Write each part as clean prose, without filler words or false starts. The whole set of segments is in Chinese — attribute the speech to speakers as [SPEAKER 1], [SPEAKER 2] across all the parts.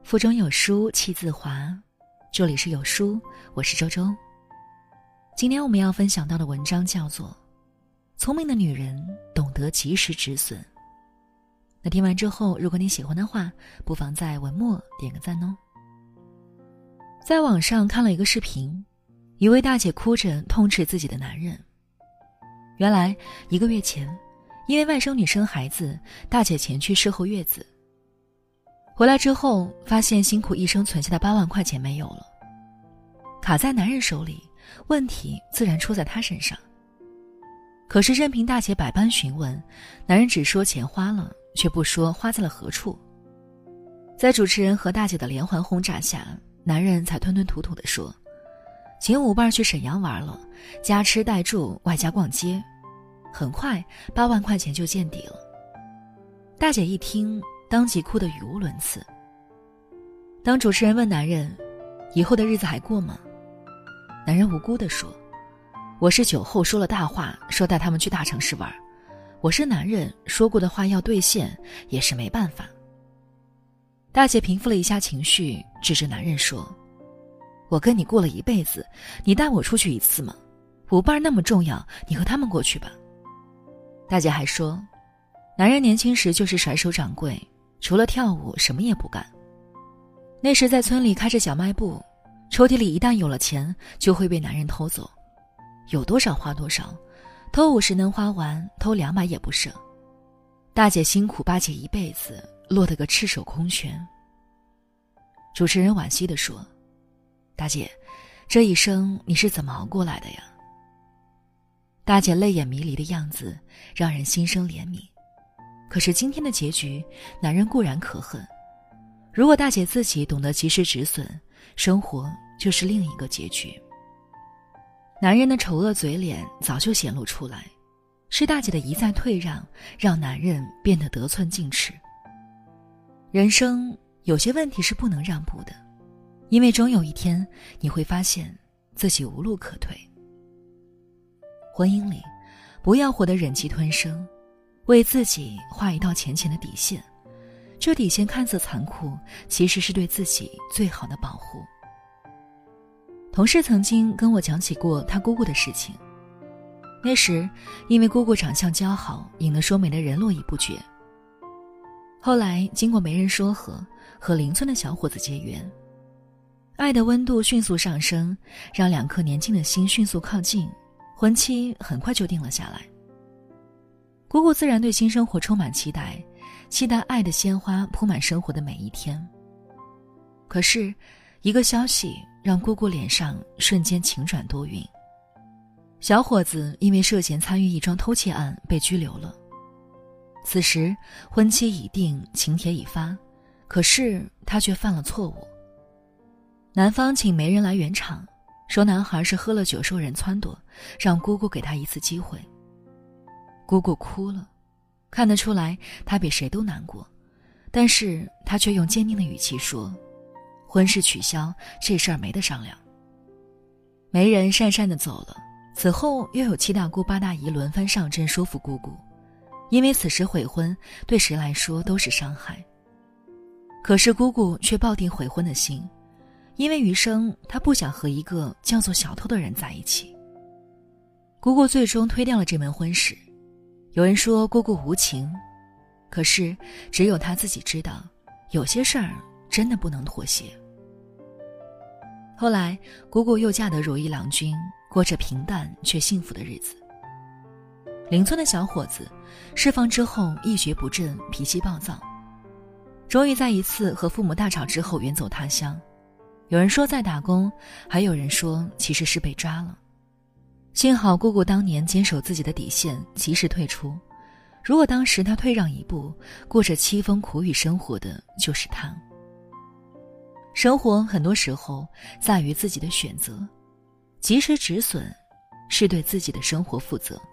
[SPEAKER 1] 腹中有书气自华，这里是有书，我是周周。今天我们要分享到的文章叫做聪明的女人懂得及时止损。那听完之后，如果你喜欢的话，不妨在文末点个赞哦。在网上看了一个视频，一位大姐哭着痛斥自己的男人。原来1个月前，因为外甥女生孩子，大姐前去事后月子。回来之后，发现辛苦一生存下的8万块钱没有了，卡在男人手里，问题自然出在他身上。可是任凭大姐百般询问，男人只说钱花了，却不说花在了何处。在主持人和大姐的连环轰炸下，男人才吞吞吐吐地说，请舞伴去沈阳玩了，加吃带住外加逛街，很快8万块钱就见底了。大姐一听，当即哭得语无伦次。当主持人问男人以后的日子还过吗，男人无辜地说，我是酒后说了大话，说带他们去大城市玩，我是男人，说过的话要兑现也是没办法。大姐平复了一下情绪，指着男人说，我跟你过了一辈子，你带我出去一次吗？舞伴那么重要，你和他们过去吧。大姐还说，男人年轻时就是甩手掌柜，除了跳舞什么也不干。那时在村里开着小卖部，抽屉里一旦有了钱就会被男人偷走，有多少花多少，偷50能花完，偷200也不剩。大姐辛苦巴结一辈子，落得个赤手空拳。主持人惋惜地说，大姐，这一生你是怎么熬过来的呀？大姐泪眼迷离的样子让人心生怜悯。可是今天的结局，男人固然可恨，如果大姐自己懂得及时止损，生活就是另一个结局。男人的丑恶嘴脸早就显露出来，是大姐的一再退让，让男人变得得寸进尺。人生有些问题是不能让步的，因为终有一天你会发现自己无路可退。婚姻里，不要活得忍气吞声，为自己画一道浅浅的底线，这底线看似残酷，其实是对自己最好的保护。同事曾经跟我讲起过他姑姑的事情，那时因为姑姑长相姣好，引得说媒的人络绎不绝。后来经过媒人说和邻村的小伙子结缘，爱的温度迅速上升，让2颗年轻的心迅速靠近，婚期很快就定了下来。姑姑自然对新生活充满期待，期待爱的鲜花铺满生活的每一天。可是一个消息让姑姑脸上瞬间晴转多云。小伙子因为涉嫌参与一桩偷窃案被拘留了。此时婚期已定，请帖已发，可是他却犯了错误。男方请媒人来圆场，说男孩是喝了酒受人撺掇，让姑姑给他一次机会。姑姑哭了，看得出来她比谁都难过，但是她却用坚定的语气说，婚事取消，这事儿没得商量。媒人讪讪地走了，此后又有7大姑8大姨轮番上阵说服姑姑，因为此时悔婚对谁来说都是伤害。可是姑姑却抱定悔婚的心，因为余生她不想和一个叫做小偷的人在一起。姑姑最终推掉了这门婚事。有人说姑姑无情，可是只有她自己知道，有些事儿真的不能妥协。后来姑姑又嫁得如意郎君，过着平淡却幸福的日子。邻村的小伙子释放之后一蹶不振，脾气暴躁，终于在一次和父母大吵之后远走他乡。有人说在打工，还有人说其实是被抓了。幸好姑姑当年坚守自己的底线，及时退出，如果当时她退让一步，过着凄风苦雨生活的就是她。生活很多时候在于自己的选择，及时止损是对自己的生活负责。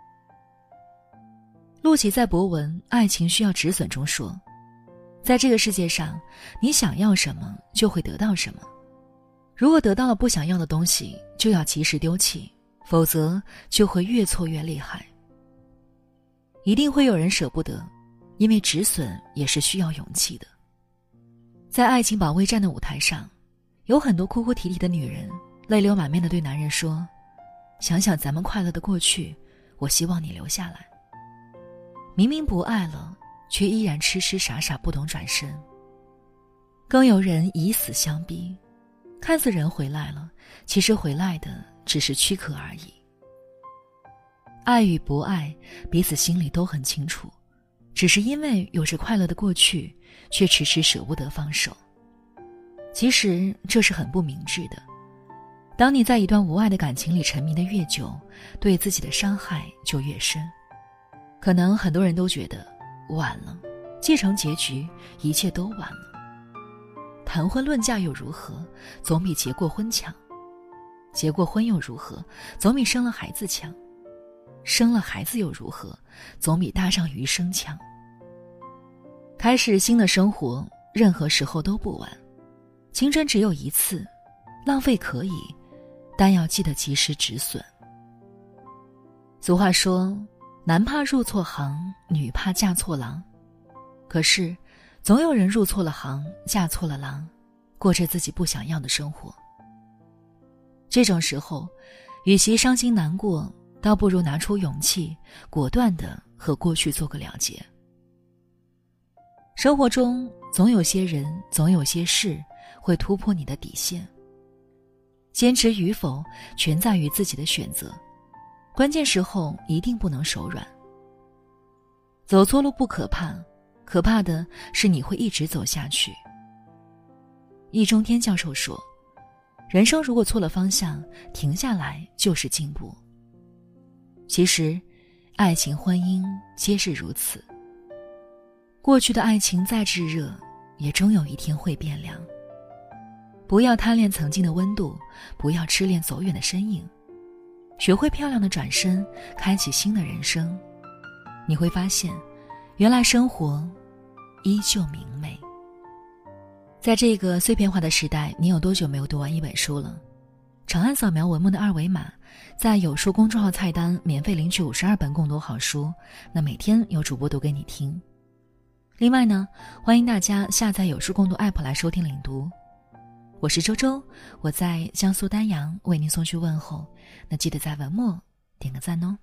[SPEAKER 1] 陆琪在博文《爱情需要止损》中说，在这个世界上，你想要什么就会得到什么，如果得到了不想要的东西，就要及时丢弃，否则就会越错越厉害。一定会有人舍不得，因为止损也是需要勇气的。 在爱情保卫战的舞台上，有很多哭哭啼啼的女人泪流满面地对男人说，想想咱们快乐的过去，我希望你留下来。明明不爱了，却依然痴痴傻傻不懂转身。更有人以死相逼，看似人回来了，其实回来的只是躯壳而已。爱与不爱，彼此心里都很清楚，只是因为有着快乐的过去，却迟迟舍不得放手。其实这是很不明智的。当你在一段无爱的感情里沉迷的越久，对自己的伤害就越深。可能很多人都觉得晚了，既成结局，一切都晚了。谈婚论嫁又如何，总比结过婚强。结过婚又如何，总比生了孩子强。生了孩子又如何，总比搭上余生强。开始新的生活，任何时候都不晚。青春只有一次，浪费可以，但要记得及时止损。俗话说，男怕入错行，女怕嫁错郎。可是总有人入错了行，嫁错了郎，过着自己不想要的生活。这种时候，与其伤心难过，倒不如拿出勇气，果断地和过去做个了结。生活中总有些人，总有些事会突破你的底线。坚持与否全在于自己的选择，关键时候一定不能手软。走错路不可怕，可怕的是你会一直走下去。易中天教授说，人生如果错了方向，停下来就是进步。其实爱情婚姻皆是如此，过去的爱情再炙热，也终有一天会变凉。不要贪恋曾经的温度，不要痴恋走远的身影，学会漂亮的转身，开启新的人生。你会发现，原来生活依旧明媚。在这个碎片化的时代，你有多久没有读完一本书了？长按扫描文末的二维码，在有书公众号菜单免费领取52本共读好书，那每天有主播读给你听。另外呢，欢迎大家下载有书共读 app 来收听领读。我是周周，我在江苏丹阳为您送去问候，那记得在文末点个赞哦。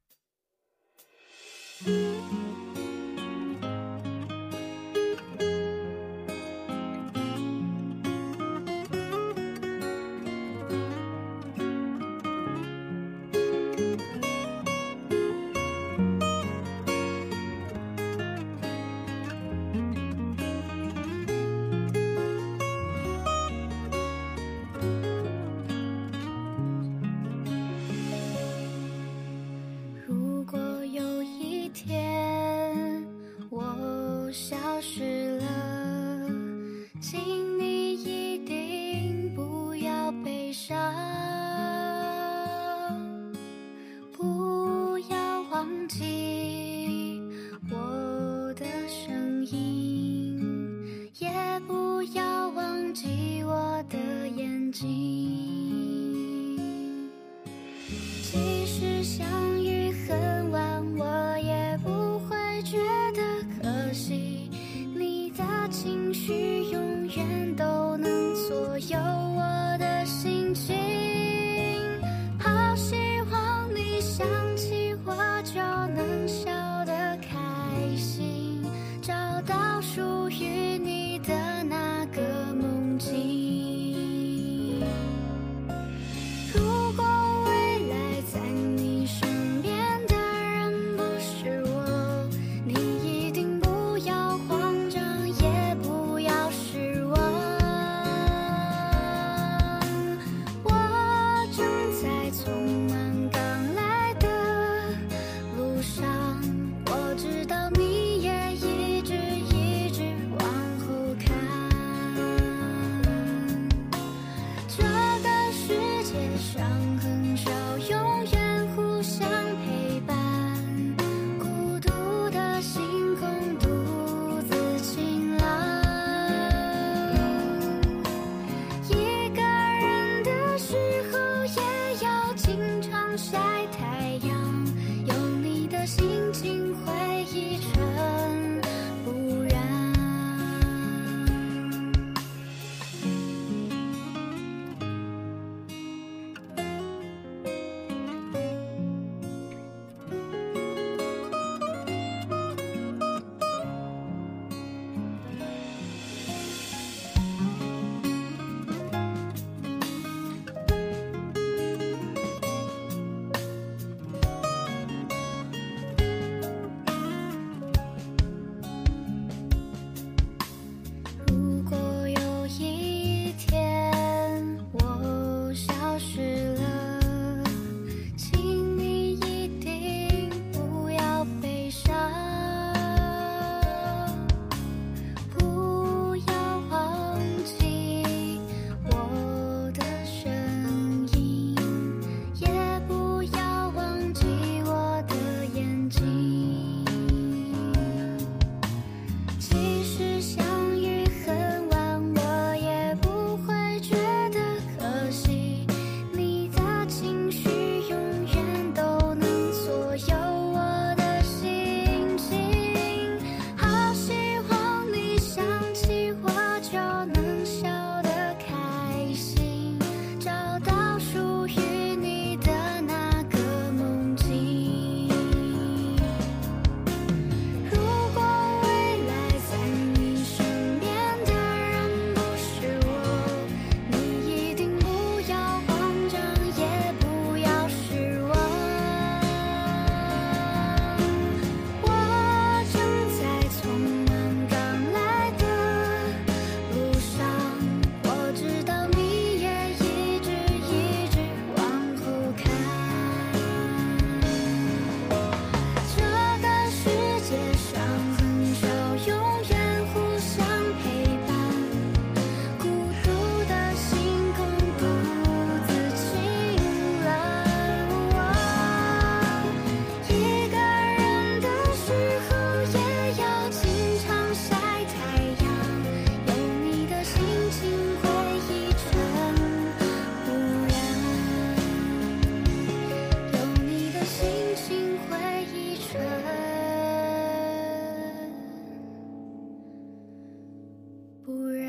[SPEAKER 2] 即使相遇很晚，我也不会觉得可惜。你的情绪永远都能左右我的心情。好希望你想起我就能笑得开心，找到属于你的那个梦境。我知道你也一直往后看。 不然